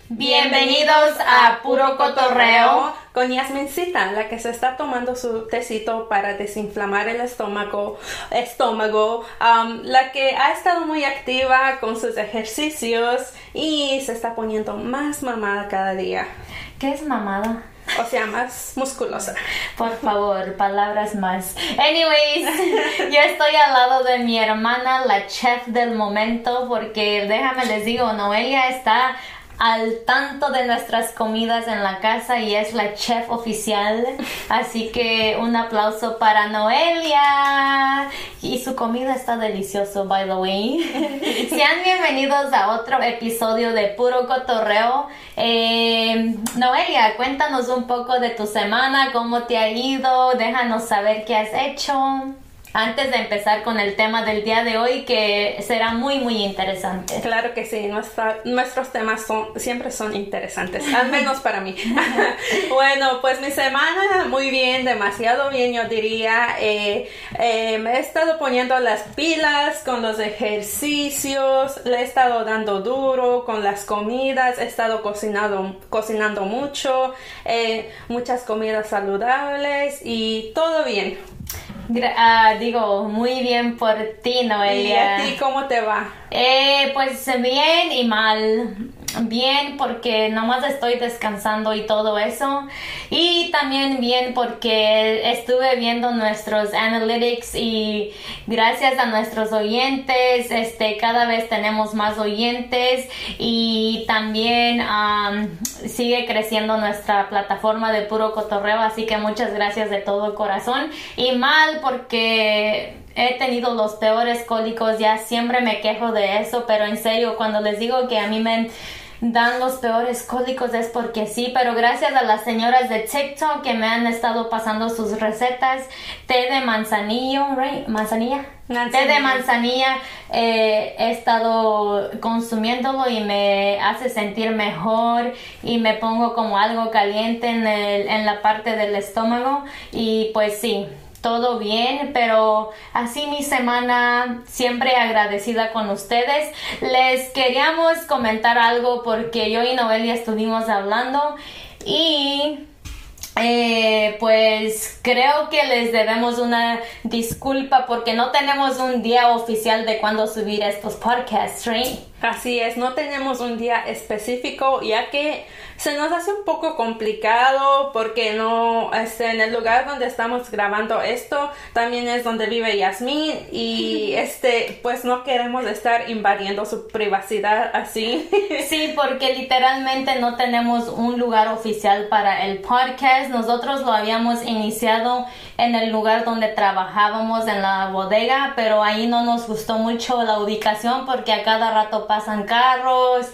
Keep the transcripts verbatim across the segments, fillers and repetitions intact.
Bienvenidos a Puro Cotorreo con Yasmincita, la que se está tomando su tecito para desinflamar el estómago, estómago um, la que ha estado muy activa con sus ejercicios y se está poniendo más mamada cada día. ¿Qué es mamada? O sea, más musculosa. Por favor, palabras más. Anyways, yo estoy al lado de mi hermana, la chef del momento, porque déjame les digo, Noelia está al tanto de nuestras comidas en la casa y es la chef oficial, así que un aplauso para Noelia, y su comida está delicioso, by the way. Sean bienvenidos a otro episodio de Puro Cotorreo. eh, Noelia, cuéntanos un poco de tu semana, cómo te ha ido, déjanos saber qué has hecho antes de empezar con el tema del día de hoy, que será muy, muy interesante. Claro que sí, nuestra, nuestros temas son, siempre son interesantes, al menos para mí. Bueno, pues mi semana muy bien, demasiado bien yo diría. Eh, eh, me he estado poniendo las pilas con los ejercicios, le he estado dando duro con las comidas, he estado cocinando, cocinando mucho, eh, muchas comidas saludables y todo bien. Uh, digo, muy bien por ti, Noelia. ¿Y a ti cómo te va? Eh, pues bien y mal. Bien porque nomás estoy descansando y todo eso, y también bien porque estuve viendo nuestros analytics y gracias a nuestros oyentes, este, cada vez tenemos más oyentes, y también um, sigue creciendo nuestra plataforma de Puro Cotorreo, así que muchas gracias de todo corazón. Y mal porque he tenido los peores cólicos, ya siempre me quejo de eso, pero en serio, cuando les digo que a mí me dan los peores cólicos es porque sí, pero gracias a las señoras de TikTok que me han estado pasando sus recetas, té de manzanillo, right? manzanilla, manzanilla. té de manzanilla, eh, he estado consumiéndolo y me hace sentir mejor, y me pongo como algo caliente en, el, en la parte del estómago, y pues sí, todo bien, pero así mi semana, siempre agradecida con ustedes. Les queríamos comentar algo porque yo y Noelia estuvimos hablando y eh, pues creo que les debemos una disculpa porque no tenemos un día oficial de cuándo subir estos podcasts, ¿right? Así es, no tenemos un día específico, ya que se nos hace un poco complicado porque no, este, en el lugar donde estamos grabando esto también es donde vive Yasmin, y este, pues no queremos estar invadiendo su privacidad así. Sí, porque literalmente no tenemos un lugar oficial para el podcast. Nosotros lo habíamos iniciado en el lugar donde trabajábamos, en la bodega, pero ahí no nos gustó mucho la ubicación porque a cada rato pasan carros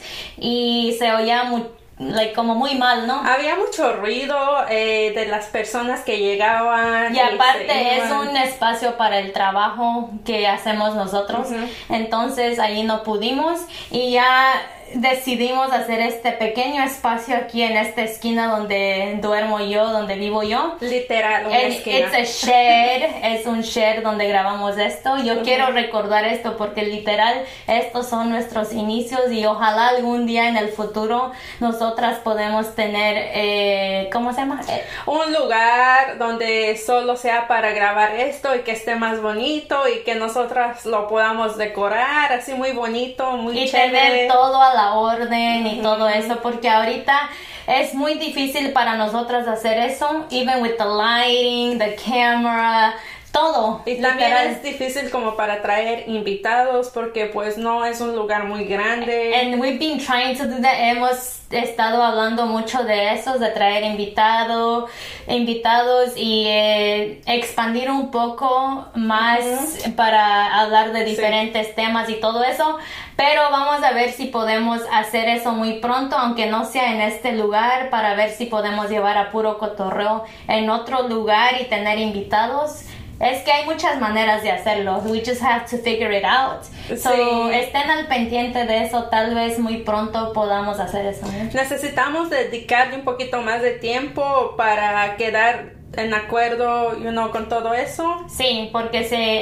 y se oía muy, like, como muy mal, ¿no? Había mucho ruido eh, de las personas que llegaban. Y aparte es un espacio para el trabajo que hacemos nosotros. Uh-huh. Entonces ahí no pudimos y ya decidimos hacer este pequeño espacio aquí en esta esquina donde duermo yo, donde vivo yo. Literal, una And esquina. It's a shed, es un shed donde grabamos esto. Yo uh-huh. quiero recordar esto porque literal estos son nuestros inicios, y ojalá algún día en el futuro nosotras podemos tener, eh, ¿cómo se llama? Eh, un lugar donde solo sea para grabar esto y que esté más bonito y que nosotras lo podamos decorar así muy bonito, muy y chévere. Tener todo a la orden y uh-huh. todo eso, porque ahorita es muy difícil para nosotras hacer eso, even with the lighting, the camera, todo. Y literal. también es difícil como para traer invitados porque pues no es un lugar muy grande. And we've been trying to do that. Hemos estado hablando mucho de eso, de traer invitado, invitados y eh, expandir un poco más uh-huh. para hablar de diferentes sí. temas y todo eso. Pero vamos a ver si podemos hacer eso muy pronto, aunque no sea en este lugar, para ver si podemos llevar a Puro Cotorreo en otro lugar y tener invitados. Es que hay muchas maneras de hacerlo. We just have to figure it out. Sí. So, estén al pendiente de eso. Tal vez muy pronto podamos hacer eso, ¿no? Necesitamos dedicarle un poquito más de tiempo para quedar en acuerdo, you know, con todo eso. Sí, porque se...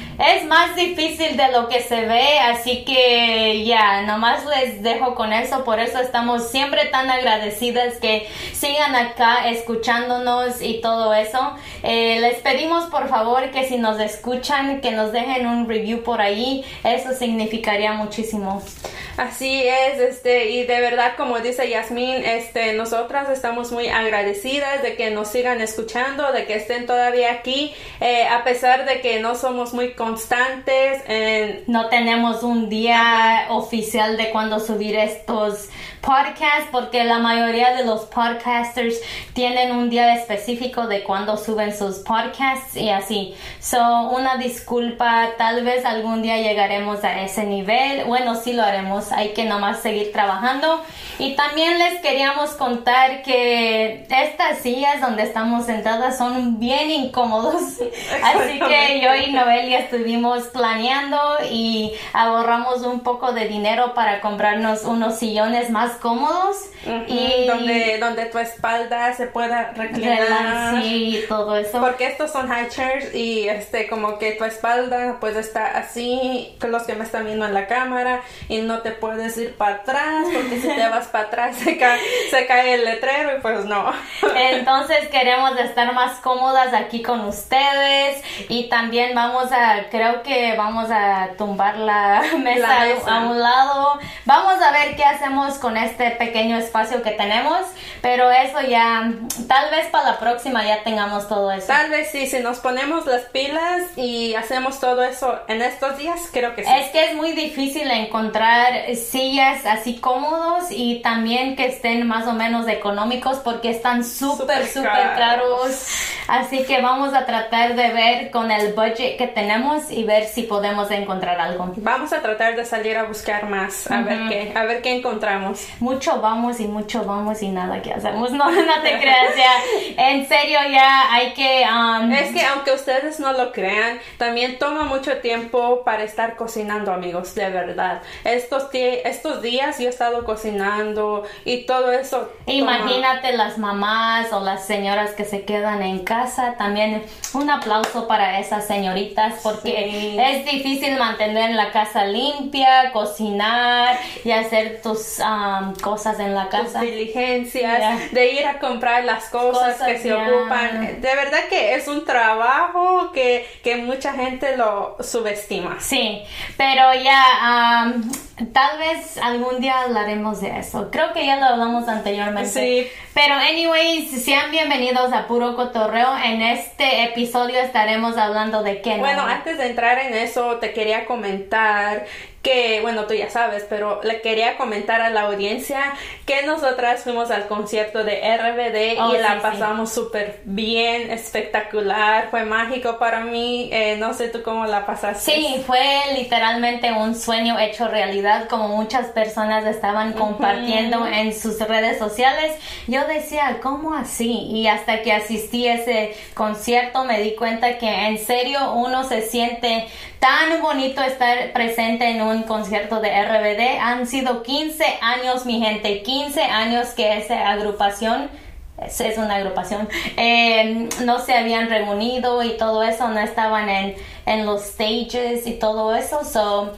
es más difícil de lo que se ve, así que ya, yeah, nomás les dejo con eso. Por eso estamos siempre tan agradecidas que sigan acá escuchándonos y todo eso. Eh, les pedimos por favor que si nos escuchan, que nos dejen un review por ahí. Eso significaría muchísimo. Así es, este, y de verdad, como dice Yasmín, este, nosotras estamos muy agradecidas de que nos sigan escuchando, de que estén todavía aquí, eh, a pesar de que no somos muy constantes. En... No tenemos un día oficial de cuando subir estos podcasts, porque la mayoría de los podcasters tienen un día específico de cuando suben sus podcasts y así. So, una disculpa, tal vez algún día llegaremos a ese nivel. Bueno, sí lo haremos, hay que nomás seguir trabajando. Y también les queríamos contar que estas sillas donde estamos sentadas son bien incómodos. Así que yo y Noelia estuvimos planeando y ahorramos un poco de dinero para comprarnos unos sillones más cómodos. Uh-huh, y donde, donde tu espalda se pueda reclinar. Sí, todo eso. Porque estos son high chairs y este como que tu espalda pues está así, que los que me están viendo en la cámara, y no te puedes ir para atrás porque si te vas para atrás se cae, se cae el letrero y pues no. Entonces queremos estar más cómodas aquí con ustedes y también vamos a, creo que vamos a tumbar la mesa, la mesa. a un lado. Vamos a ver qué hacemos con este pequeño espacio que tenemos, pero eso ya, tal vez para la próxima ya tengamos todo eso. Tal vez sí, si nos ponemos las pilas y hacemos todo eso en estos días, creo que sí. Es que es muy difícil encontrar sillas así cómodos y también que estén más o menos económicos porque están súper, súper caros. Así que vamos a tratar de ver con el budget que tenemos y ver si podemos encontrar algo. Vamos a tratar de salir a buscar más, a uh-huh. ver qué, a ver qué encontramos. Mucho vamos y mucho vamos y nada que hacemos. No, no te creas, ya. En serio, ya hay que... Um... Es que aunque ustedes no lo crean, también toma mucho tiempo para estar cocinando, amigos, de verdad. Estos, t- estos días yo he estado cocinando y todo eso. Imagínate toma... las mamás o las señoras que se quedan en casa. También un aplauso para esas señoritas porque sí. Es difícil mantener la casa limpia, cocinar y hacer tus um, cosas en la casa. Tus diligencias, yeah. de ir a comprar las cosas, cosas que se yeah. ocupan. De verdad que es un trabajo que, que mucha gente lo subestima. Sí, pero ya um, tal vez algún día hablaremos de eso. Creo que ya lo hablamos anteriormente. Sí. Pero anyways, sean bienvenidos a Puro Cotorreo. En este episodio estaremos hablando de qué, ¿no? Bueno, antes de entrar en eso, te quería comentar que, bueno, tú ya sabes, pero le quería comentar a la audiencia que nosotras fuimos al concierto de R B D oh, y sí, la pasamos súper sí. bien, espectacular, fue mágico para mí, eh, no sé tú cómo la pasaste. Sí, fue literalmente un sueño hecho realidad, como muchas personas estaban compartiendo uh-huh. en sus redes sociales. Yo decía, ¿cómo así? Y hasta que asistí a ese concierto me di cuenta que en serio uno se siente tan bonito estar presente en un concierto de R B D. Han sido quince años, mi gente, quince años que esa agrupación, es, es una agrupación, eh, no se habían reunido y todo eso, no estaban en, en los stages y todo eso. So,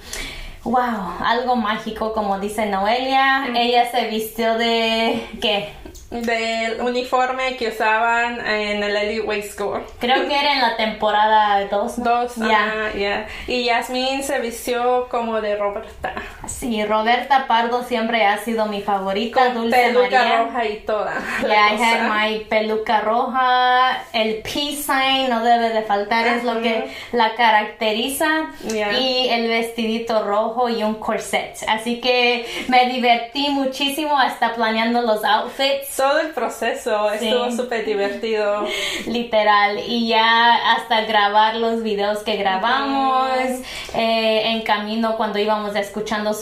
wow, algo mágico, como dice Noelia. Mm. Ella se vistió de, ¿qué? Del uniforme que usaban en el Elite Way School. Creo que era en la temporada dos, ¿no? Dos, ya. Yeah. Yeah. Y Yasmín se vistió como de Roberta. Sí, Roberta Pardo siempre ha sido mi favorita. Con Dulce peluca María. roja y toda. Yeah, I had my peluca roja. El peace sign no debe de faltar, uh-huh. es lo que la caracteriza. Yeah. Y el vestidito rojo y un corset. Así que me divertí muchísimo hasta planeando los outfits. Todo el proceso sí. estuvo súper divertido. Literal. Y ya hasta grabar los videos que grabamos, uh-huh. eh, en camino cuando íbamos escuchando sus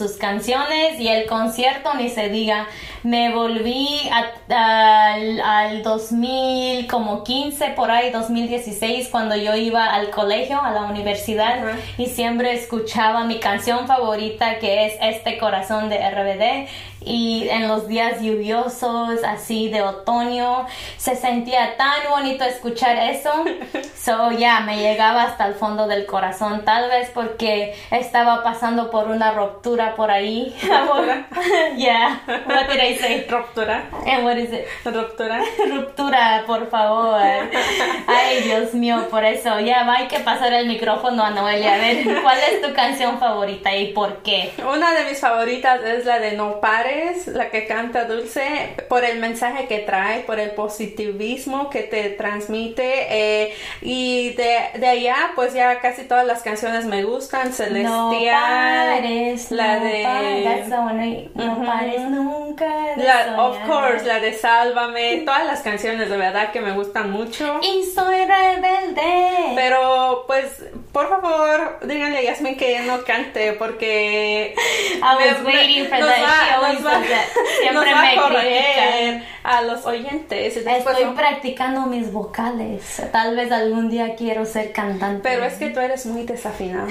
sus canciones y el concierto ni se diga. Me volví a- al, al dos mil como quince por ahí, dos mil dieciséis, cuando yo iba al colegio, a la universidad, Ajá. y siempre escuchaba mi canción favorita, que es Este Corazón de R B D. Y en los días lluviosos, así de otoño, se sentía tan bonito escuchar eso. So, ya, yeah, me llegaba hasta el fondo del corazón. Tal vez porque estaba pasando por una ruptura por ahí. ¿Ruptura? Yeah. What did I say? Ruptura. And what is it? Ruptura. Ruptura, por favor. Ay, Dios mío, por eso. Ya, va, hay que pasar el micrófono a Noelia. A ver, ¿cuál es tu canción favorita y por qué? Una de mis favoritas es la de No Pares, la que canta Dulce, por el mensaje que trae, por el positivismo que te transmite. Eh, y de, de allá, pues ya casi todas las canciones me gustan. Celestial. No pares, la no de. pares. That's the one, right? No Ujú. pares nunca de La, soñar. of course, la de Sálvame. Todas las canciones de verdad que me gustan mucho. Y soy rebelde. Pero, pues, por favor, díganle a Yasmin que ella no cante, porque I was waiting for nos that. va- She always nos va- does that. Siempre nos va me a correr critica. a los oyentes. Y después Estoy no- practicando mis vocales. Tal vez algún día quiero ser cantante. Pero es que tú eres muy desafinada.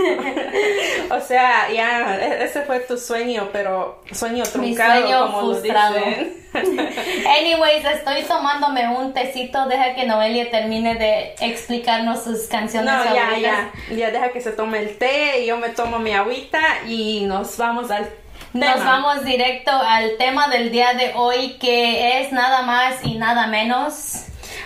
O sea, ya, e- ese fue tu sueño, pero sueño Mi truncado, sueño como frustrado. lo dicen. Anyways, estoy tomándome un tecito. Deja que Noelia termine de explicarnos sus canciones No, ya, favoritas. ya, ya deja que se tome el té y yo me tomo mi agüita y nos vamos al Nos tema. vamos directo al tema del día de hoy, que es nada más y nada menos.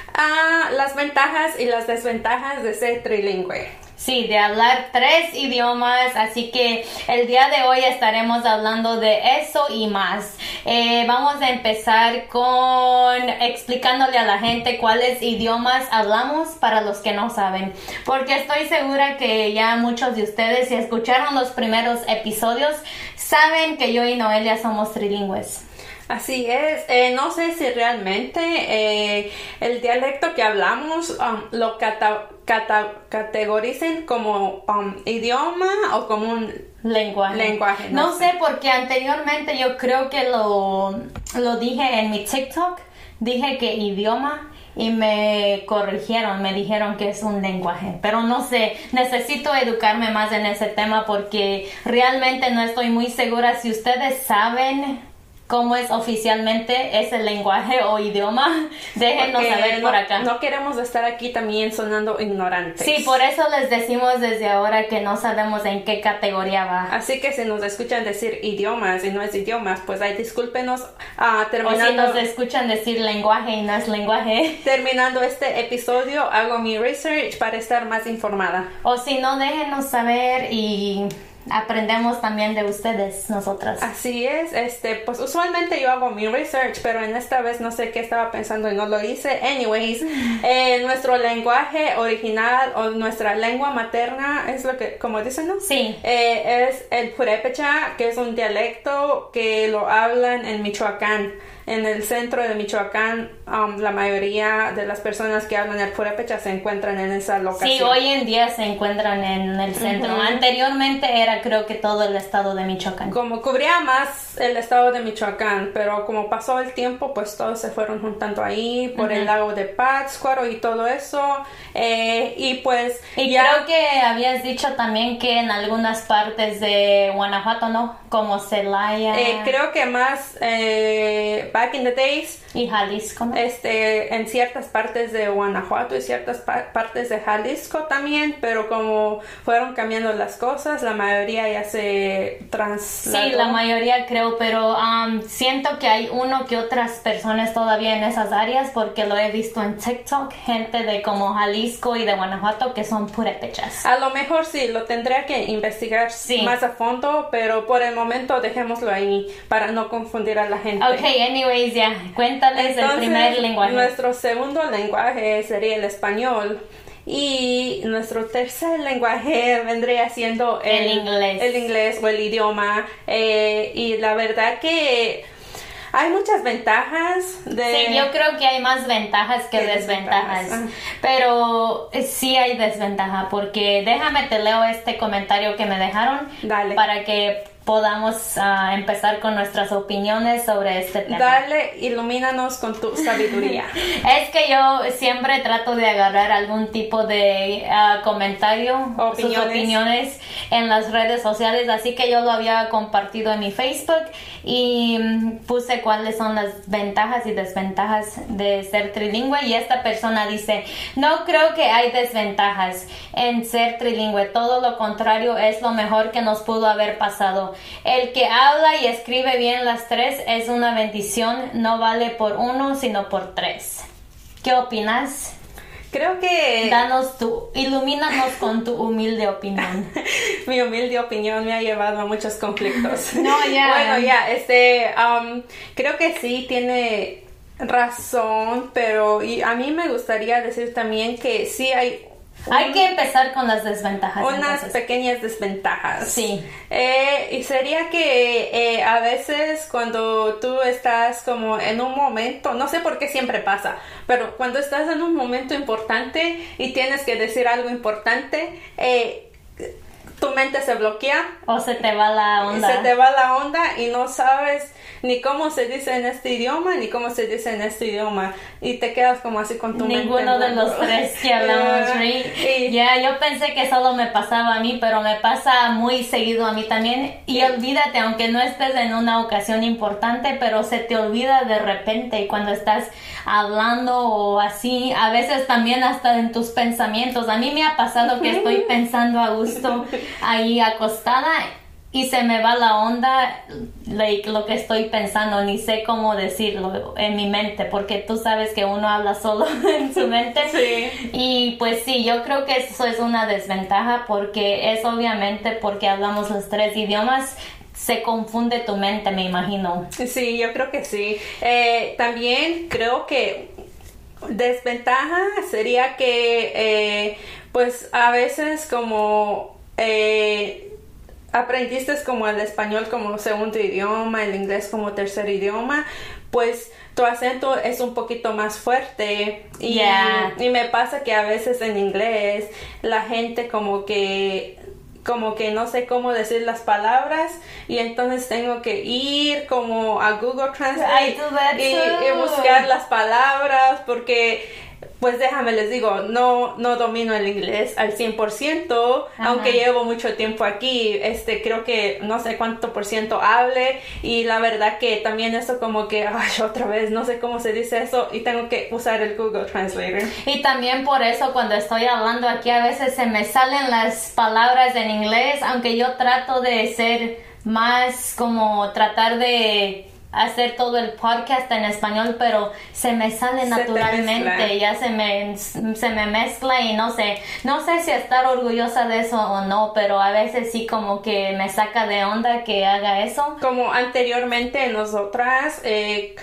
Ah, las ventajas y las desventajas de ser trilingüe. Sí, de hablar tres idiomas, así que el día de hoy estaremos hablando de eso y más. Eh, vamos a empezar con explicándole a la gente cuáles idiomas hablamos para los que no saben, porque estoy segura que ya muchos de ustedes, si escucharon los primeros episodios, saben que yo y Noelia somos trilingües. Así es, eh, no sé si realmente eh, el dialecto que hablamos um, lo cata- cata- categoricen como um, idioma o como un Lenguaje. lenguaje. No, sé, porque anteriormente yo creo que lo, lo dije en mi TikTok, dije que idioma y me corrigieron, me dijeron que es un lenguaje, pero no sé, necesito educarme más en ese tema porque realmente no estoy muy segura. Si ustedes saben cómo es oficialmente ese lenguaje o idioma, déjenos Porque saber no, por acá. no queremos estar aquí también sonando ignorantes. Sí, por eso les decimos desde ahora que no sabemos en qué categoría va. Así que si nos escuchan decir idiomas y no es idiomas, pues ahí discúlpenos. ah, O si terminando, nos escuchan decir lenguaje y no es lenguaje. terminando este episodio, hago mi research para estar más informada. O si no, déjenos saber y aprendemos también de ustedes, nosotras. Así es, este, pues usualmente yo hago mi research, pero en esta vez no sé qué estaba pensando y no lo hice. Anyways, eh, nuestro lenguaje original o nuestra lengua materna es lo que, como dicen, ¿no? Sí. Eh, es el purépecha, que es un dialecto que lo hablan en Michoacán. En el centro de Michoacán, um, la mayoría de las personas que hablan el purépecha se encuentran en esa locación. Sí, hoy en día se encuentran en el centro. Ujú. Anteriormente era, creo que todo el estado de Michoacán. Como cubría más el estado de Michoacán, pero como pasó el tiempo, pues todos se fueron juntando ahí por el lago de Pátzcuaro y todo eso. Eh, y pues Y ya... creo que habías dicho también que en algunas partes de Guanajuato, ¿no? Como Celaya eh, creo que más eh, back in the days, y Jalisco, ¿no? este, en ciertas partes de Guanajuato y ciertas pa- partes de Jalisco también, pero como fueron cambiando las cosas, la mayoría ya se trasladó. Sí, la mayoría creo, pero um, siento que hay uno que otras personas todavía en esas áreas, porque lo he visto en TikTok, gente de como Jalisco y de Guanajuato que son purépechas. A lo mejor sí, lo tendría que investigar Sí. más a fondo, pero por el momento dejémoslo ahí para no confundir a la gente. Ok, anyways, ya, cuéntales Entonces, el primer lenguaje. Nuestro segundo lenguaje sería el español. Y nuestro tercer lenguaje vendría siendo el, El inglés. el inglés o el idioma. Eh, y la verdad que hay muchas ventajas de... Sí, yo creo que hay más ventajas que Que desventajas, desventajas. pero eh, sí hay desventaja, porque déjame te leo este comentario que me dejaron Dale. para que podamos uh, empezar con nuestras opiniones sobre este tema. Dale, ilumínanos con tu sabiduría. Es que yo siempre trato de agarrar algún tipo de uh, comentario, opiniones. sus opiniones en las redes sociales, así que yo lo había compartido en mi Facebook y um, puse cuáles son las ventajas y desventajas de ser trilingüe, y esta persona dice: no creo que hay desventajas en ser trilingüe, todo lo contrario, es lo mejor que nos pudo haber pasado. El que habla y escribe bien las tres es una bendición, no vale por uno sino por tres. ¿Qué opinas? Creo que... Danos tu, ilumínanos con tu humilde opinión. Mi humilde opinión me ha llevado a muchos conflictos. No, ya. Yeah. Bueno, ya, yeah, este, um, creo que sí tiene razón, pero y a mí me gustaría decir también que sí hay... Hay que empezar con las desventajas. Unas entonces. pequeñas desventajas. Sí. Eh, y sería que eh, a veces cuando tú estás como en un momento, no sé por qué siempre pasa, pero cuando estás en un momento importante y tienes que decir algo importante, eh, tu mente se bloquea. O se te va la onda. Se te va la onda y no sabes ni cómo se dice en este idioma, ni cómo se dice en este idioma. Y te quedas como así con tu mente. Ninguno de los tres que hablamos, Ray. Ya, yeah, yo pensé que solo me pasaba a mí, pero me pasa muy seguido a mí también. Y olvídate, aunque no estés en una ocasión importante, pero se te olvida de repente cuando estás hablando o así. A veces también hasta en tus pensamientos. A mí me ha pasado que estoy pensando a gusto ahí acostada y se me va la onda, like, lo que estoy pensando, ni sé cómo decirlo en mi mente, porque tú sabes que uno habla solo en su mente. Sí. Y pues sí, yo creo que eso es una desventaja, porque es obviamente porque hablamos los tres idiomas, se confunde tu mente, me imagino. Sí, yo creo que sí. Eh, también creo que desventaja sería que eh, pues a veces como eh, aprendiste como el español como segundo idioma, el inglés como tercer idioma, pues tu acento es un poquito más fuerte. Y, yeah. y me pasa que a veces en inglés la gente como que como que no sé cómo decir las palabras y entonces tengo que ir como a Google Translate y, y buscar las palabras, porque pues déjame les digo, no no domino el inglés al cien por ciento, ajá, aunque llevo mucho tiempo aquí, este creo que no sé cuánto por ciento hable, y la verdad que también eso como que ay, otra vez no sé cómo se dice eso y tengo que usar el Google Translator. Y también por eso cuando estoy hablando aquí a veces se me salen las palabras en inglés, aunque yo trato de ser más como tratar de hacer todo el podcast en español, pero se me sale se naturalmente, ya se me se me mezcla y no sé, no sé si estar orgullosa de eso o no, pero a veces sí como que me saca de onda que haga eso. Como anteriormente nosotras eh,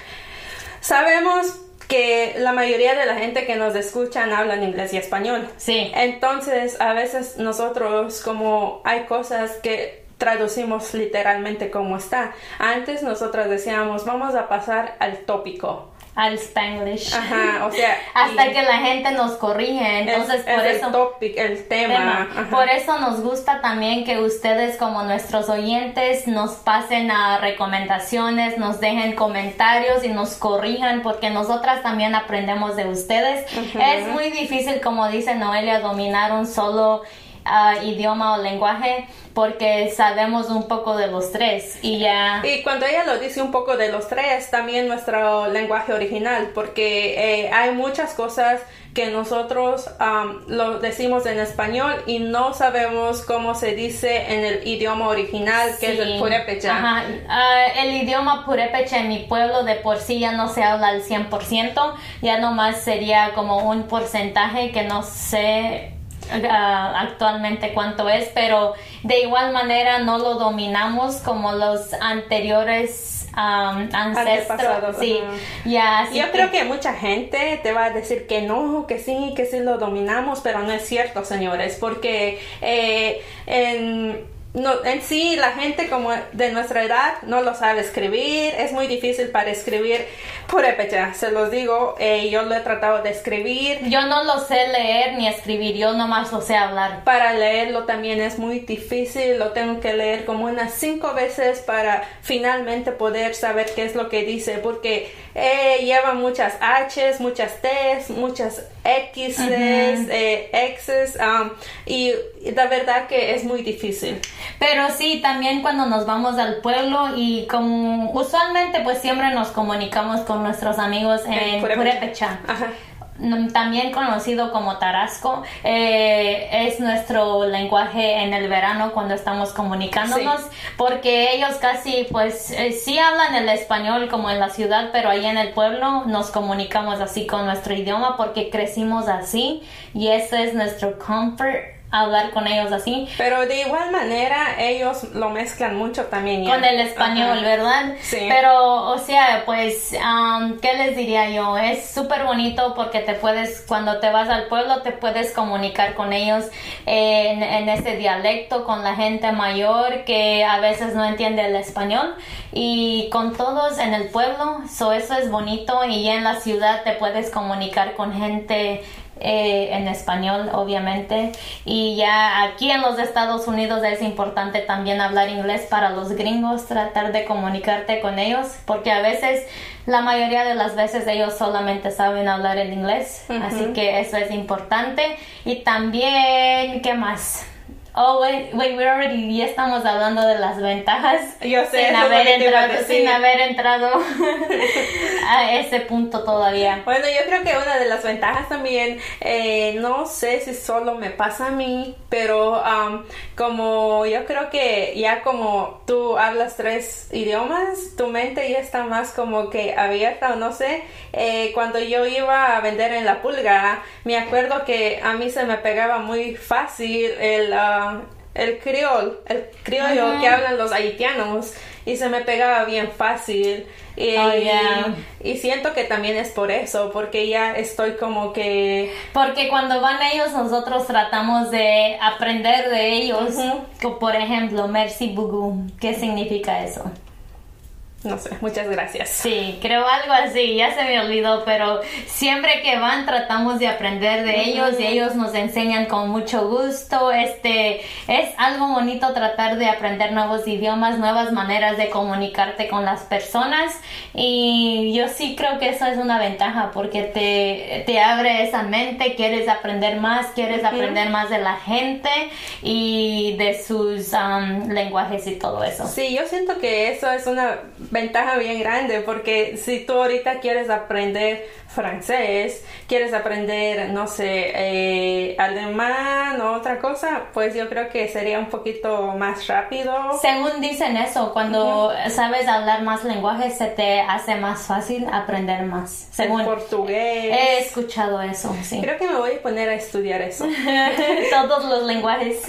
sabemos que la mayoría de la gente que nos escuchan hablan inglés y español. Sí. Entonces, a veces nosotros como hay cosas que traducimos literalmente como está. Antes nosotras decíamos, vamos a pasar al tópico. Al Spanglish. Ajá, o sea. Hasta que la gente nos corrige, entonces es, por es eso. El topic, el tema. tema. Por eso nos gusta también que ustedes como nuestros oyentes nos pasen a recomendaciones, nos dejen comentarios y nos corrijan, porque nosotras también aprendemos de ustedes. Uh-huh. Es muy difícil, como dice Noelia, dominar un solo Uh, idioma o lenguaje, porque sabemos un poco de los tres y ya. Y cuando ella lo dice un poco de los tres, también nuestro lenguaje original, porque eh, hay muchas cosas que nosotros um, lo decimos en español y no sabemos cómo se dice en el idioma original, que sí, es el purépecha. Ajá. Uh, el idioma purépecha en mi pueblo de por sí ya no se habla al cien por ciento, ya nomás sería como un porcentaje que no sé Uh, actualmente cuánto es, pero de igual manera no lo dominamos como los anteriores um, ancestros. Sí, yeah, yo que... creo que mucha gente te va a decir que no, que sí, que sí lo dominamos, pero no es cierto, señores, porque eh, en no, en sí la gente como de nuestra edad no lo sabe escribir, es muy difícil para escribir purépecha, se los digo, eh, yo lo he tratado de escribir. Yo no lo sé leer ni escribir, yo nomás lo sé hablar. Para leerlo también es muy difícil, lo tengo que leer como unas cinco veces para finalmente poder saber qué es lo que dice, porque eh, lleva muchas H's, muchas T's, muchas X's, uh-huh. eh, X's, um, y la verdad que es muy difícil. Pero sí, también cuando nos vamos al pueblo y como usualmente pues siempre nos comunicamos con nuestros amigos en purépecha. Ajá. También conocido como tarasco, eh, es nuestro lenguaje en el verano cuando estamos comunicándonos, sí. Porque ellos casi pues eh, sí hablan el español como en la ciudad, pero ahí en el pueblo nos comunicamos así con nuestro idioma porque crecimos así y ese es nuestro comfort, hablar con ellos así. Pero de igual manera ellos lo mezclan mucho también. ¿Ya? Con el español, ajá. ¿Verdad? Sí. Pero, o sea, pues, um, ¿qué les diría yo? Es súper bonito porque te puedes, cuando te vas al pueblo, te puedes comunicar con ellos en, en ese dialecto, con la gente mayor que a veces no entiende el español y con todos en el pueblo, so, eso es bonito y ya en la ciudad te puedes comunicar con gente Eh, en español obviamente y ya aquí en los Estados Unidos es importante también hablar inglés para los gringos, tratar de comunicarte con ellos porque a veces, la mayoría de las veces ellos solamente saben hablar en inglés, uh-huh. Así que eso es importante y también, ¿qué más? Oh, wait, wait, we already, ya estamos hablando de las ventajas. Yo sé, sin haber entrado, sin haber entrado a ese punto todavía. Bueno, yo creo que una de las ventajas también, eh, no sé si solo me pasa a mí, pero um, como yo creo que ya como tú hablas tres idiomas, tu mente ya está más como que abierta o no sé. Eh, cuando yo iba a vender en la pulga, me acuerdo que a mí se me pegaba muy fácil el... Uh, el criol, el criollo uh-huh. que hablan los haitianos y se me pegaba bien fácil y, oh, yeah. y, y siento que también es por eso, porque ya estoy como que... Porque cuando van ellos nosotros tratamos de aprender de ellos, uh-huh. Por ejemplo, merci beaucoup, ¿qué significa eso? No sé, muchas gracias. Sí, creo algo así, ya se me olvidó, pero siempre que van tratamos de aprender de uh-huh. ellos y ellos nos enseñan con mucho gusto. Este, es algo bonito tratar de aprender nuevos idiomas, nuevas maneras de comunicarte con las personas y yo sí creo que eso es una ventaja porque te, te abre esa mente, quieres aprender más, quieres uh-huh. aprender más de la gente y de sus um, lenguajes y todo eso. Sí, yo siento que eso es una ventaja bien grande porque si tú ahorita quieres aprender francés, quieres aprender, no sé, eh, alemán o otra cosa, pues yo creo que sería un poquito más rápido. Según dicen eso, cuando uh-huh. sabes hablar más lenguajes se te hace más fácil aprender más. Según el portugués. He escuchado eso, sí. Creo que me voy a poner a estudiar eso. Todos los lenguajes.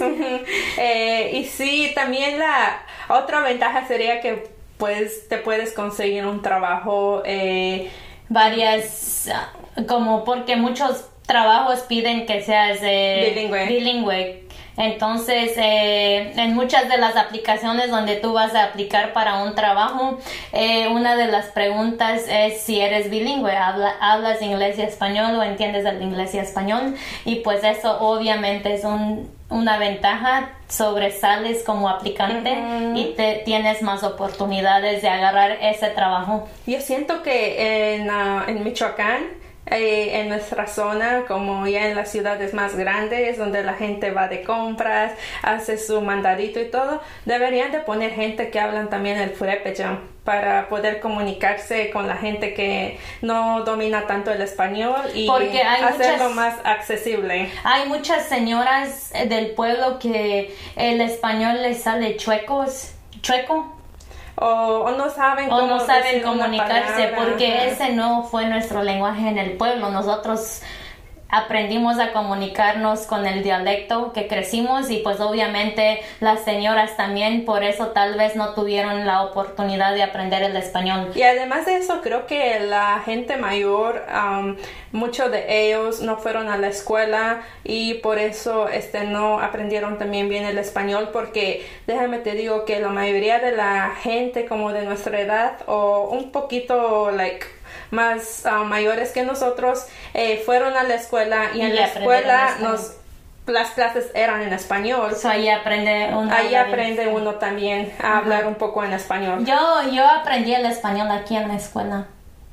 eh, y sí, también la otra ventaja sería que pues te puedes conseguir un trabajo, eh, varias, como porque muchos trabajos piden que seas eh, bilingüe. bilingüe. Entonces, eh, en muchas de las aplicaciones donde tú vas a aplicar para un trabajo, eh, una de las preguntas es si eres bilingüe, habla, hablas inglés y español o entiendes el inglés y español, y pues eso obviamente es un, una ventaja, sobresales como aplicante uh-huh. y te tienes más oportunidades de agarrar ese trabajo. Yo siento que en, uh, en Michoacán, Eh, en nuestra zona, como ya en las ciudades más grandes donde la gente va de compras, hace su mandadito y todo, deberían de poner gente que hablan también el purépecha para poder comunicarse con la gente que no domina tanto el español y porque hay hacerlo muchas, más accesible. Hay muchas señoras del pueblo que el español les sale chuecos, chueco. O, o no saben o cómo no saben comunicarse palabra, porque ajá. ese no fue nuestro lenguaje en el pueblo. Nosotros aprendimos a comunicarnos con el dialecto que crecimos y pues obviamente las señoras también, por eso tal vez no tuvieron la oportunidad de aprender el español. Y además de eso, creo que la gente mayor, um, muchos de ellos no fueron a la escuela y por eso este, no aprendieron también bien el español, porque déjame te digo que la mayoría de la gente como de nuestra edad o un poquito like más uh, mayores que nosotros eh, fueron a la escuela y, y en la escuela nos las clases eran en español. So, ahí aprende uno, ahí aprende uno también a hablar uh-huh. un poco en español. Yo, yo aprendí el español aquí en la escuela.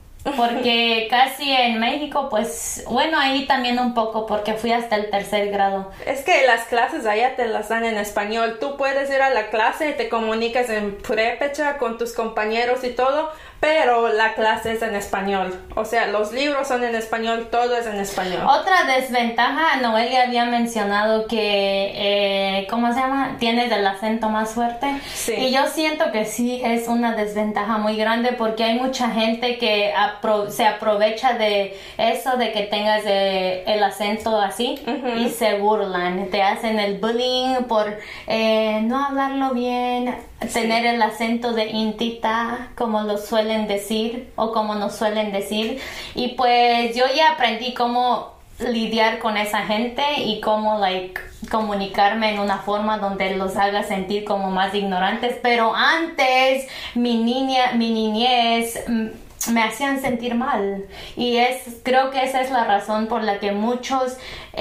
Porque casi en México, pues, bueno, ahí también un poco, porque fui hasta el tercer grado. Es que las clases allá te las dan en español. Tú puedes ir a la clase y te comunicas en purépecha con tus compañeros y todo, pero la clase es en español. O sea, los libros son en español, todo es en español. Otra desventaja, Noelia había mencionado que, eh, ¿cómo se llama? Tienes el acento más fuerte. Sí. Y yo siento que sí es una desventaja muy grande porque hay mucha gente que apro- se aprovecha de eso, de que tengas eh, el acento así, uh-huh. y se burlan. Te hacen el bullying por eh, no hablarlo bien, sí. tener el acento de intita, como lo suelen decir o como nos suelen decir. Y pues yo ya aprendí cómo lidiar con esa gente y cómo like comunicarme en una forma donde los haga sentir como más ignorantes, pero antes mi niña mi niñez me hacían sentir mal y es creo que esa es la razón por la que muchos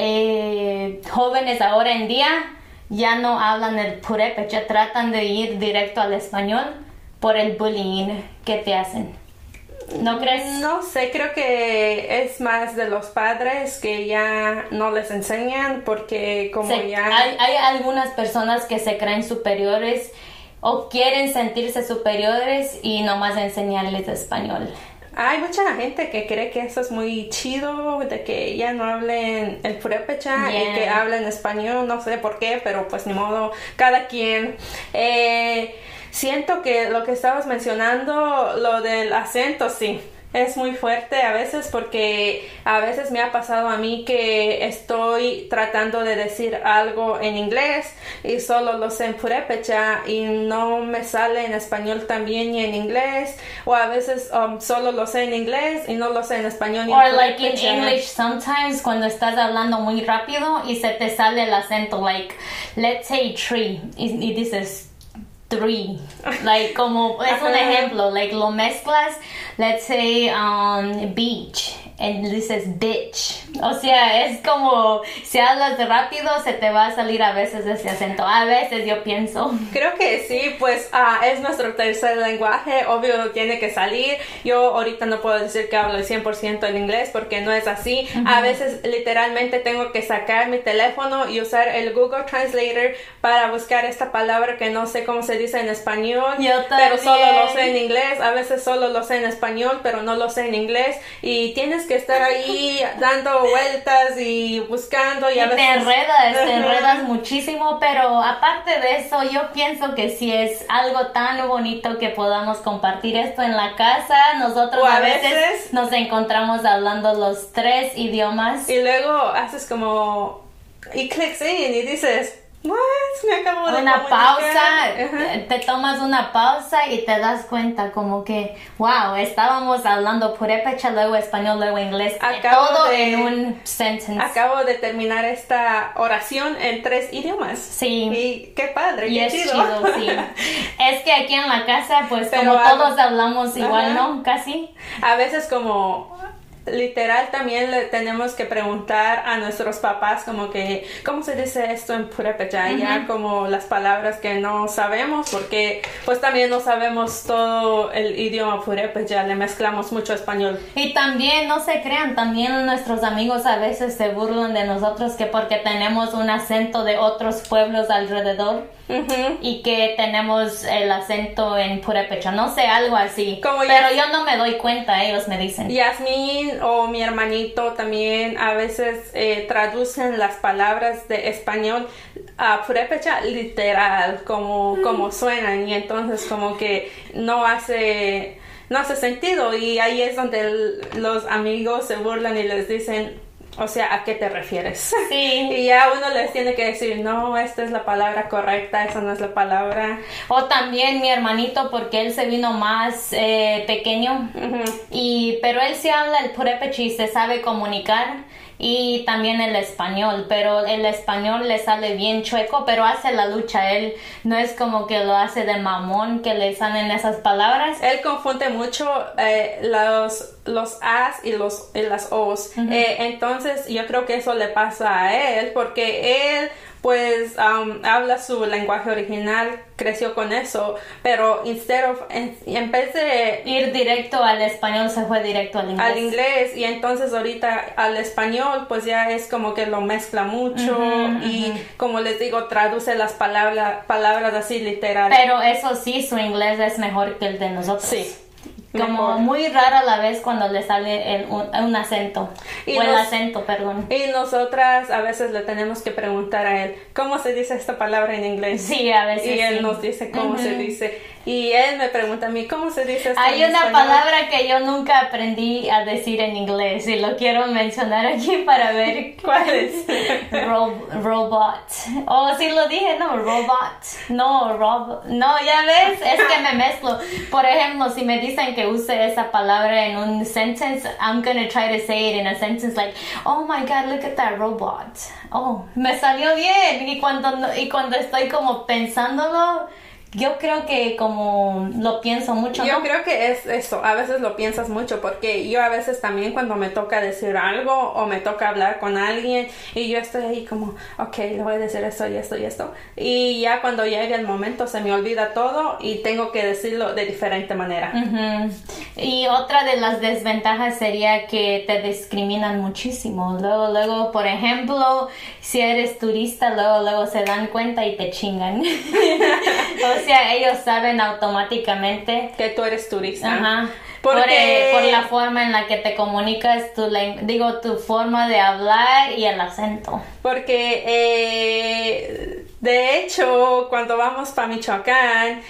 eh, jóvenes ahora en día ya no hablan el purépecha, tratan de ir directo al español por el bullying que te hacen. ¿No crees? No sé, creo que es más de los padres que ya no les enseñan porque como se, ya... Hay, hay algunas personas que se creen superiores o quieren sentirse superiores y nomás enseñarles español. Hay mucha gente que cree que eso es muy chido, de que ya no hablen el purépecha, yeah. y que hablen español, no sé por qué, pero pues ni modo, cada quien. Eh... Siento que lo que estabas mencionando, lo del acento, sí, es muy fuerte a veces porque a veces me ha pasado a mí que estoy tratando de decir algo en inglés y solo lo sé en purépecha y no me sale en español también ni en inglés, o a veces um, solo lo sé en inglés y no lo sé en español ni Or en like purépecha. in English sometimes cuando estás hablando muy rápido y se te sale el acento, like let's say tree y, y dices three, like como es un ejemplo, like lo mezclas, let's say um, beach and dices bitch, o sea es como si hablas de rápido se te va a salir a veces ese acento, a veces yo pienso. Creo que sí, pues uh, es nuestro tercer lenguaje, obvio tiene que salir. Yo ahorita no puedo decir que hablo el cien por ciento el inglés porque no es así. Uh-huh. A veces literalmente tengo que sacar mi teléfono y usar el Google Translator para buscar esta palabra que no sé cómo se dice en español, yo pero solo lo sé en inglés. A veces solo lo sé en español, pero no lo sé en inglés y tienes que estar ahí dando vueltas y buscando y, y a veces te enredas, te enredas muchísimo, pero aparte de eso yo pienso que si es algo tan bonito que podamos compartir esto en la casa, nosotros a, a veces, veces nos encontramos hablando los tres idiomas y luego haces como y clicks in y dices what? Me acabo de una comunicar. pausa, uh-huh. te tomas una pausa y te das cuenta como que wow, estábamos hablando purépecha, luego español, luego inglés, acabo todo de, en un sentence. Acabo de terminar esta oración en tres idiomas. Sí. Y qué padre, y qué es chido. chido, sí. Es que aquí en la casa pues Pero como a, todos hablamos igual, uh-huh. ¿no? Casi. A veces como literal también le tenemos que preguntar a nuestros papás como que ¿cómo se dice esto en purépecha? Uh-huh. Ya como las palabras que no sabemos porque pues también no sabemos todo el idioma purépecha, le mezclamos mucho español. Y también no se crean, también nuestros amigos a veces se burlan de nosotros que porque tenemos un acento de otros pueblos alrededor. Uh-huh. Y que tenemos el acento en purépecha, no sé, algo así. Como pero Yas- yo no me doy cuenta, ellos me dicen. Yasmín o mi hermanito también a veces eh, traducen las palabras de español a purépecha literal, como, mm. como suenan, y entonces como que no hace, no hace sentido, y ahí es donde el, los amigos se burlan y les dicen o sea, ¿a qué te refieres? Sí. Y ya uno les tiene que decir, no, esta es la palabra correcta, esa no es la palabra. O también mi hermanito, porque él se vino más eh, pequeño, Ujú. y pero él sí habla el purépecha y se sabe comunicar, y también el español, pero el español le sale bien chueco, pero hace la lucha. Él no es como que lo hace de mamón, que le salen esas palabras. Él confunde mucho eh, los, los as y, los, y las os. Ujú. Eh, entonces yo creo que eso le pasa a él, porque él pues um, habla su lenguaje original, creció con eso, pero instead of, en, en vez de Ir directo al español, se fue directo al inglés. al inglés, y entonces ahorita al español pues ya es como que lo mezcla mucho. Ujú, y ujú. como les digo, traduce las palabras palabras así literal. Pero eso sí, su inglés es mejor que el de nosotros. Sí, Como mejor. muy rara la vez cuando le sale el, un, un acento. Y o el nos- acento, perdón. Y nosotras a veces le tenemos que preguntar a él, ¿cómo se dice esta palabra en inglés? Sí, a veces Y él sí. nos dice cómo Ujú. se dice. Y él me pregunta a mí, ¿cómo se dice esto Hay en una español? palabra que yo nunca aprendí a decir en inglés y lo quiero mencionar aquí para ver ¿Cuál es? Ro- robot. Oh, sí lo dije, no, robot. No, rob. No, ya ves, es que me mezclo. Por ejemplo, si me dicen que use esa palabra en un sentence, I'm gonna try to say it in a sentence like, oh my God, look at that robot. Oh, me salió bien. Y cuando, no- y cuando estoy como pensándolo, yo creo que como lo pienso mucho, Yo ¿no? creo que es eso, a veces lo piensas mucho, porque yo a veces también cuando me toca decir algo o me toca hablar con alguien y yo estoy ahí como, ok, le voy a decir esto y esto y esto, y ya cuando llega el momento se me olvida todo y tengo que decirlo de diferente manera. Ujú. Y otra de las desventajas sería que te discriminan muchísimo. Luego, luego, por ejemplo, si eres turista, luego, luego se dan cuenta y te chingan. O sea, ellos saben automáticamente. Que tú eres turista. Ajá. Porque- Por, eh, por la forma en la que te comunicas, tu, len- digo, tu forma de hablar y el acento. Porque eh, de hecho cuando vamos para Michoacán,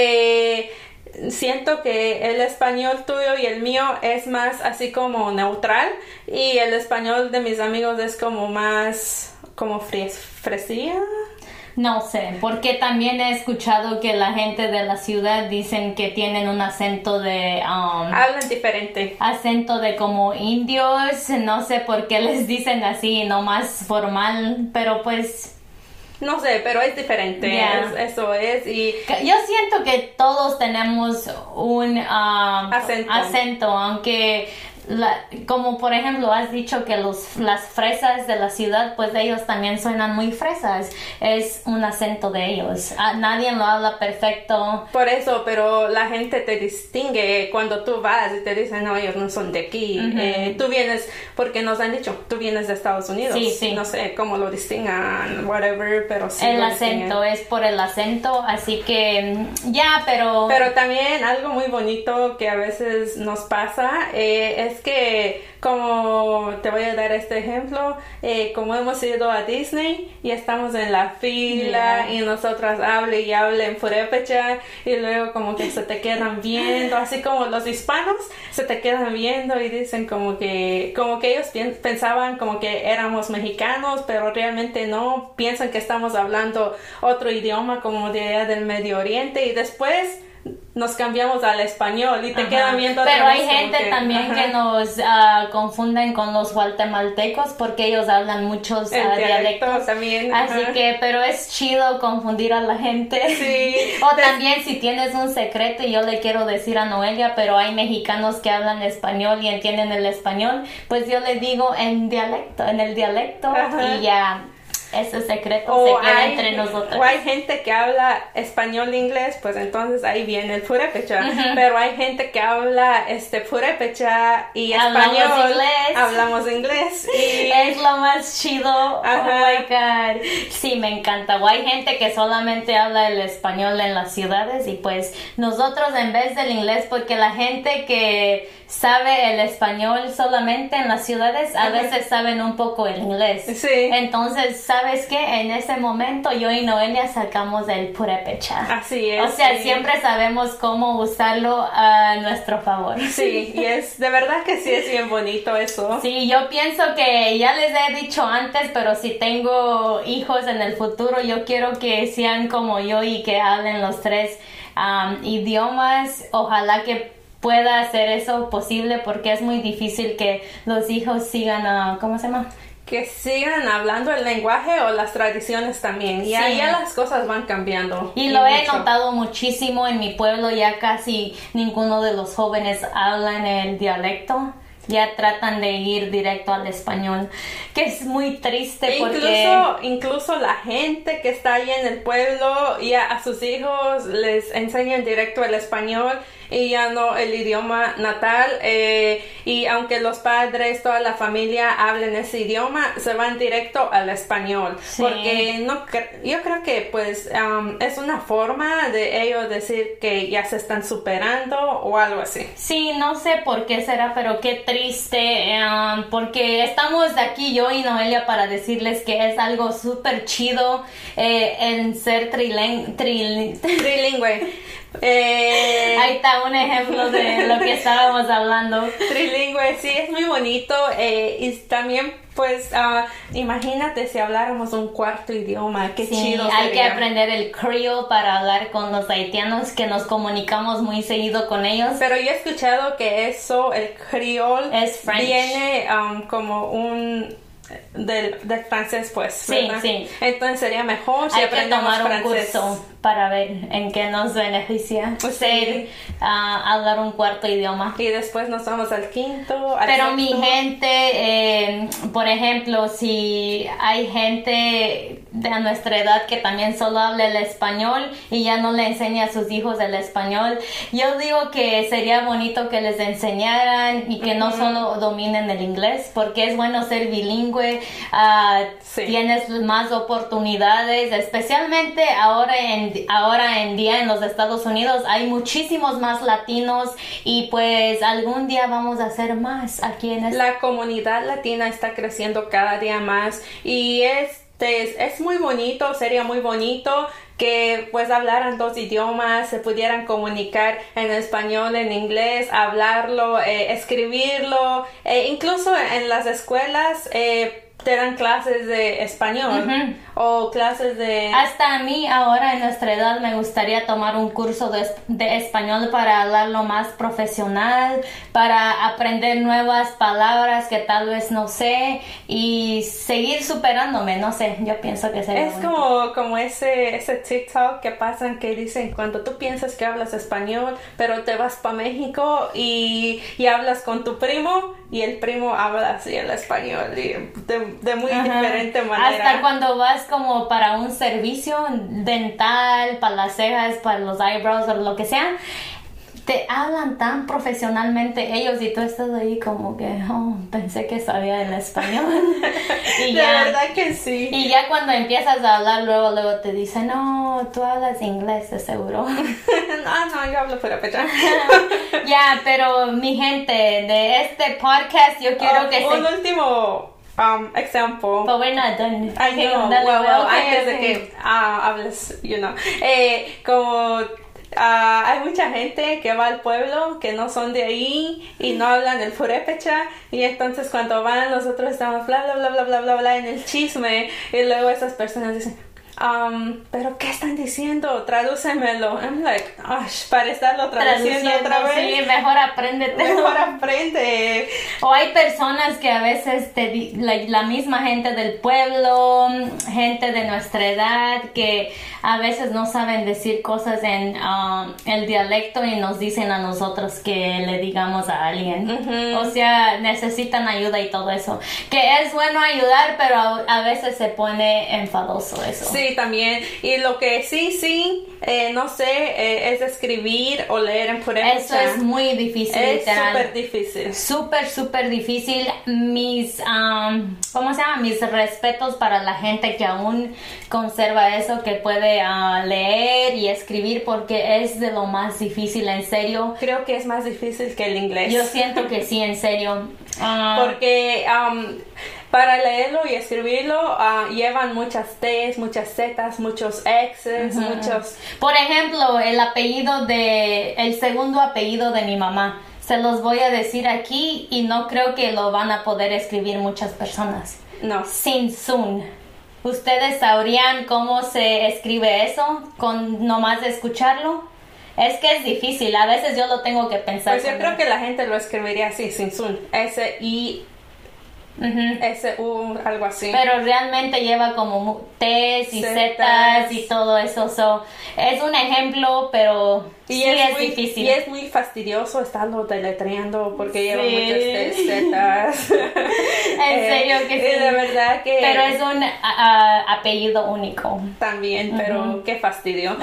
eh, siento que el español tuyo y el mío es más así como neutral, y el español de mis amigos es como más como fres fresilla. No sé, porque también he escuchado que la gente de la ciudad dicen que tienen un acento de... um, Hablan diferente. acento de como indios, no sé por qué les dicen así, no más formal, pero pues No sé, pero es diferente. Yeah. Es- eso es. Y que- yo siento que todos tenemos un um, Acento. acento, aunque la- como por ejemplo has dicho que los las fresas de la ciudad, pues ellos también suenan muy fresas, es un acento de ellos. Ah, nadie lo habla perfecto. por eso, pero la gente te distingue cuando tú vas y te dicen, no, ellos no son de aquí. Ujú. Eh, tú vienes, porque nos han dicho, tú vienes de Estados Unidos. Sí, sí. No sé cómo lo distingan, whatever, pero sí. El lo acento distinguen. es por el acento, así que mm, ya, pero Pero también algo muy bonito que a veces nos pasa eh, es que, como te voy a dar este ejemplo, eh, como hemos ido a Disney y estamos en la fila Yeah. y nosotras hable y hable en purépecha, y luego como que se te quedan viendo, así como los hispanos se te quedan viendo y dicen como que, como que ellos pien- pensaban como que éramos mexicanos, pero realmente no, piensan que estamos hablando otro idioma como de allá del Medio Oriente, y después nos cambiamos al español y te Ajá. quedan viendo otra Pero hay vez como gente que, también ajá, que nos ah, confunden con los guatemaltecos porque ellos hablan muchos el ah, dialecto dialectos. también. Así ajá. que, pero es chido confundir a la gente. Sí. O Des- también si tienes un secreto, y yo le quiero decir a Noelia, pero hay mexicanos que hablan español y entienden el español, pues yo le digo en dialecto, en el dialecto, Ajá. y ya ese secreto O se queda hay, entre nosotros. o hay gente que habla español e inglés, pues entonces ahí viene el purépecha. Ujú. Pero hay gente que habla este purépecha y Hablamos español. inglés. Hablamos inglés. Y Es lo más chido. Oh Ajá. my God. Sí, me encanta. O hay gente que solamente habla el español en las ciudades, y pues nosotros en vez del inglés, porque la gente que sabe el español solamente en las ciudas a Ajá. veces saben un poco el inglés. Sí. Entonces saben ¿sabes qué? En ese momento yo y Noelia sacamos el purépecha. Así es. O sea, sí. siempre sabemos cómo usarlo a nuestro favor. Sí, y es de verdad que sí es bien bonito eso. Sí, yo pienso que ya les he dicho antes, pero si tengo hijos en el futuro, yo quiero que sean como yo y que hablen los tres um, idiomas. Ojalá que pueda hacer eso posible, porque es muy difícil que los hijos sigan a, ¿cómo se llama? Que sigan hablando el lenguaje o las tradiciones también. Y Sí. ahí ya las cosas van cambiando. Y lo he mucho. notado muchísimo en mi pueblo, ya casi ninguno de los jóvenes hablan el dialecto. Ya tratan de ir directo al español, que es muy triste porque... Incluso, incluso la gente que está ahí en el pueblo, ya a sus hijos les enseñan directo el español y ya no el idioma natal. Eh, y aunque los padres, toda la familia hablen ese idioma, se van directo al español. Sí. Porque no cre- yo creo que pues um, es una forma de ellos decir que ya se están superando o algo así. Sí, no sé por qué será, pero qué triste, um, porque estamos aquí yo y Noelia para decirles que es algo súper chido eh, en ser trilen, tril, Trilingüe. Eh, Ahí está un ejemplo de lo que estábamos hablando. Trilingüe, sí, es muy bonito. Eh, y también, pues, uh, imagínate si habláramos un cuarto idioma, qué Sí, chido hay que sería. aprender el creole para hablar con los haitianos, que nos comunicamos muy seguido con ellos. Pero yo he escuchado que eso, el creole, Es French. viene um, como un... Del, del francés, pues. Sí, ¿verdad? sí. Entonces sería mejor si Hay que aprendemos tomar un francés. curso para ver en qué nos beneficia Pues ser, sí. ah, hablar un cuarto idioma. Y después nos vamos al quinto, al Pero sexto. mi gente, eh, por ejemplo, si hay gente de nuestra edad que también solo habla el español y ya no le enseña a sus hijos el español, yo digo que sería bonito que les enseñaran y que no solo dominen el inglés, porque es bueno ser bilingüe, ah, Sí. tienes más oportunidades, especialmente ahora en, ahora en día en los Estados Unidos hay muchísimos más latinos y pues algún día vamos a hacer más aquí en este. La comunidad latina está creciendo cada día más y este es, es muy bonito, sería muy bonito que pues hablaran dos idiomas, se pudieran comunicar en español, en inglés, hablarlo, eh, escribirlo, eh, incluso en las escuelas eh, te dan clases de español Ujú. o clases de... Hasta a mí ahora en nuestra edad me gustaría tomar un curso de, de español para hablarlo más profesional, para aprender nuevas palabras que tal vez no sé y seguir superándome, no sé, yo pienso que sería Es bonito. como, como ese, ese TikTok que pasan que dicen cuando tú piensas que hablas español, pero te vas para México y, y hablas con tu primo y el primo habla así el español y de, de muy Ajá. diferente manera. Hasta cuando vas como para un servicio dental, para las cejas, para los eyebrows o lo que sea, te hablan tan profesionalmente ellos y tú estás ahí como que, oh, pensé que sabía el español. y De verdad que sí. Y ya cuando empiezas a hablar, luego, luego te dicen, no, tú hablas inglés de seguro. No, no, yo hablo pura pecha. Ya, pero mi gente, de este podcast yo quiero Oh, que un se... último um, ejemplo. But we're not done. I Okay, know, dale, well, well, ok, antes de ok. que ah, hables, you know, eh, como ah, hay mucha gente que va al pueblo que no son de ahí y no hablan el purépecha y entonces cuando van nosotros estamos bla bla bla bla bla bla bla en el chisme y luego esas personas dicen um, pero ¿qué están diciendo? Tradúcemelo. I'm like, "Ush, para estarlo traduciendo otra vez. Sí, mejor apréndete. Mejor aprende. O hay personas que a veces te di- la, la misma gente del pueblo, gente de nuestra edad, que a veces no saben decir cosas en um, el dialecto y nos dicen a nosotros que le digamos a alguien. Ujú. O sea, necesitan ayuda y todo eso. Que es bueno ayudar, pero a, a veces se pone enfadoso eso. Sí, también. Y lo que sí, sí, eh, no sé, eh, es escribir o leer en purépecha. Eso es muy difícil, Es literal. súper difícil. Súper, súper difícil. Mis, um, ¿cómo se llama? Mis respetos para la gente que aún conserva eso, que puede uh, leer y escribir, porque es de lo más difícil, en serio. Creo que es más difícil que el inglés. Yo siento que sí, en serio. Ah. porque um, para leerlo y escribirlo uh, llevan muchas T's, muchas Z's, muchos X's, Ujú. muchos... Por ejemplo, el apellido de, el segundo apellido de mi mamá. Se los voy a decir aquí y no creo que lo van a poder escribir muchas personas. No. Sin-sun. ¿Ustedes sabrían cómo se escribe eso con nomás de escucharlo? Es que es difícil, a veces yo lo tengo que pensar. Pues yo creo que la gente lo escribiría así, sin sun, S I Ujú. S U, algo así. Pero realmente lleva como mu- T's y Zetas. Z's y todo eso. So, es un ejemplo, pero Y sí es, es, muy, difícil. y es muy fastidioso estarlo deletreando porque lleva Sí. muchas T's, Z's. En serio que sí. Y de verdad que... Pero es un a- a- apellido único. También, pero Ujú. qué fastidio.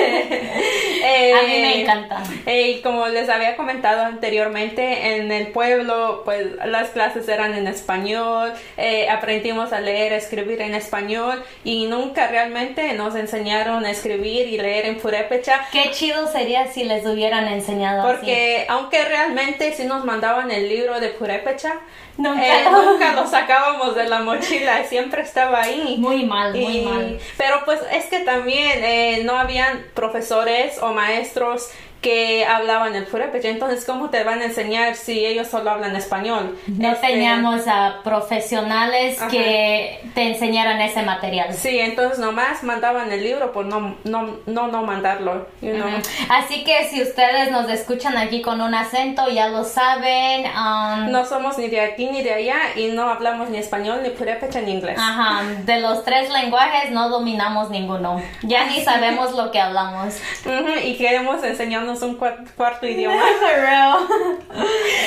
A mí me encanta. Eh, y como les había comentado anteriormente, en el pueblo, pues las clases eran en español, eh, aprendimos a leer, escribir en español y nunca realmente nos enseñaron a escribir y leer en purépecha. Qué chido sería si les hubieran enseñado Porque aunque realmente sí nos mandaban el libro de purépecha, Nunca. eh, nunca lo sacábamos de la mochila, siempre estaba ahí. así. Muy mal, muy Y- mal. Pero pues es que también eh, no habían profesores o maestros que hablaban el purépecha, entonces ¿cómo te van a enseñar si ellos solo hablan español? No Este, teníamos a profesionales Ajá. que te enseñaran ese material. Sí, entonces nomás mandaban el libro por no no no, no mandarlo, you know. Ujú. Así que si ustedes nos escuchan aquí con un acento, ya lo saben. um, No somos ni de aquí ni de allá y no hablamos ni español, ni purépecha, ni inglés. Ajá, de los tres lenguajes no dominamos ninguno. Ya ni sabemos lo que hablamos. Ujú, y queremos enseñarnos un cuar- cuarto idioma. For real.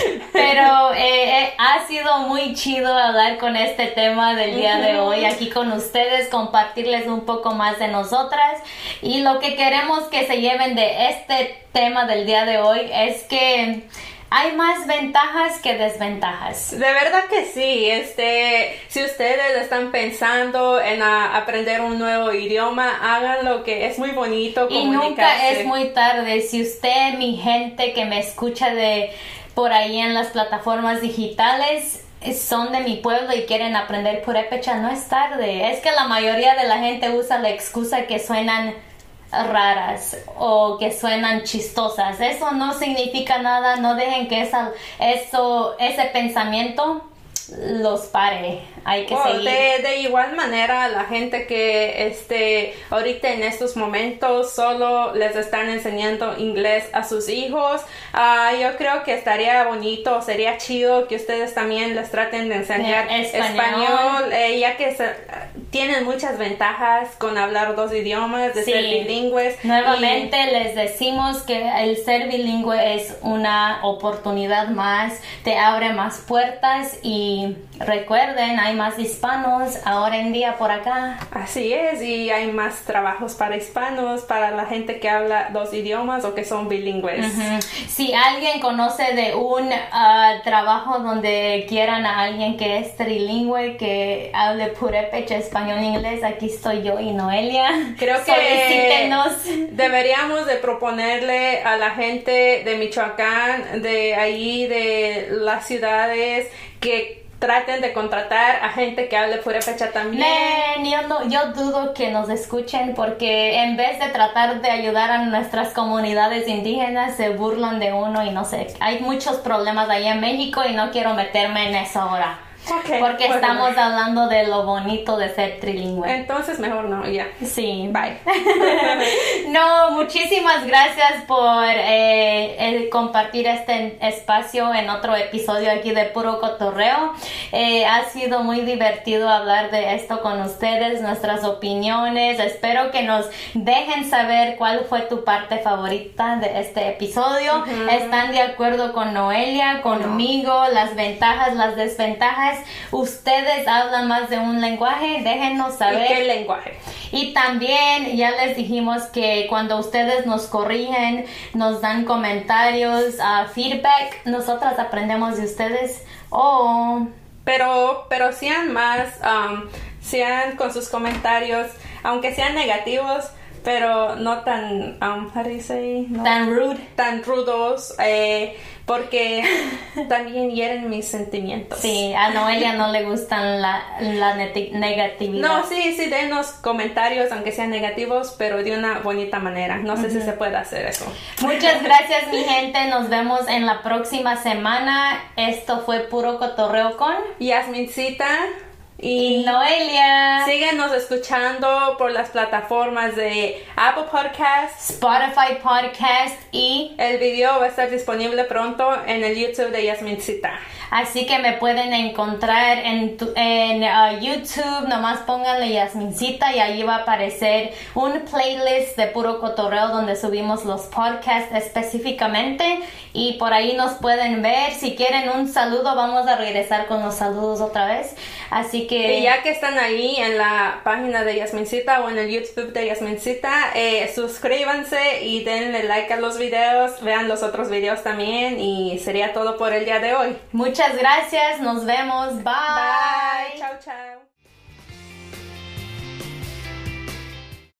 Pero eh, eh, ha sido muy chido hablar con este tema del día de hoy aquí con ustedes, compartirles un poco más de nosotras y lo que queremos que se lleven de este tema del día de hoy es que hay más ventajas que desventajas. De verdad que sí, este, si ustedes están pensando en a- aprender un nuevo idioma, háganlo, que es muy bonito Y comunicarse. nunca es muy tarde. Si usted, mi gente que me escucha de por ahí en las plataformas digitales, son de mi pueblo y quieren aprender purépecha, no es tarde. Es que la mayoría de la gente usa la excusa que suenan raras o que suenan chistosas. Eso no significa nada. No dejen que esa, eso, ese pensamiento los pare. Hay que Oh, seguir. de, de igual manera, la gente que este, ahorita en estos momentos solo les están enseñando inglés a sus hijos, ah, yo creo que estaría bonito, sería chido que ustedes también les traten de enseñar Eh, español. español, eh, ya que se- tienen muchas ventajas con hablar dos idiomas, de Sí. ser bilingües. Nuevamente les decimos que el ser bilingüe es una oportunidad más, te abre más puertas y recuerden, hay más hispanos ahora en día por acá. Así es, y hay más trabajos para hispanos, para la gente que habla dos idiomas o que son bilingües. Ujú. Si alguien conoce de un ah, trabajo donde quieran a alguien que es trilingüe, que hable purépecha, español, inglés, aquí estoy yo y Noelia. Creo que Solicítenos. deberíamos de proponerle a la gente de Michoacán, de ahí, de las ciudades, que traten de contratar a gente que hable purépecha también. Men, yo, no, yo dudo que nos escuchen porque en vez de tratar de ayudar a nuestras comunidades indígenas se burlan de uno y no sé, hay muchos problemas ahí en México y no quiero meterme en eso ahora. Ok, Porque bueno. estamos hablando de lo bonito de ser trilingüe. Entonces mejor no, ya. Sí. Bye. No, muchísimas gracias por eh, el compartir este espacio en otro episodio aquí de Puro Cotorreo. Eh, ha sido muy divertido hablar de esto con ustedes, nuestras opiniones. Espero que nos dejen saber cuál fue tu parte favorita de este episodio. Ujú. ¿Están de acuerdo con Noelia, conmigo, las ventajas, las desventajas? ¿Ustedes hablan más de un lenguaje? Déjenos saber. ¿Y qué lenguaje? Y también ya les dijimos que cuando ustedes nos corrigen, nos dan comentarios, uh, feedback, nosotras aprendemos de ustedes. Oh, Pero, pero sean más, um, sean con sus comentarios, aunque sean negativos, pero no tan, um, how do you say? No, Tan rude. tan rudos, eh, porque también hieren mis sentimientos. Sí, a Noelia no le gustan la, la neti- negatividad. No, sí, sí, denos comentarios, aunque sean negativos, pero de una bonita manera. No sé uh-huh. si se puede hacer eso. Muchas gracias, mi gente. Nos vemos en la próxima semana. Esto fue Puro Cotorreo con Yasmincita y, y Noelia. Síguenos escuchando por las plataformas de Apple Podcasts, Spotify Podcast, y el video va a estar disponible pronto en el YouTube de Yasmincita. Así que me pueden encontrar en, tu, en uh, YouTube, nomás pónganle Yasmincita y ahí va a aparecer un playlist de Puro Cotorreo donde subimos los podcasts específicamente, y por ahí nos pueden ver. Si quieren un saludo, vamos a regresar con los saludos otra vez. Así que... Y ya que están ahí en la página de Yasmincita o en el YouTube de Yasmincita, eh, suscríbanse y denle like a los videos, vean los otros videos también, y sería todo por el día de hoy. Muchas gracias, nos vemos, bye. Bye, chao, chao.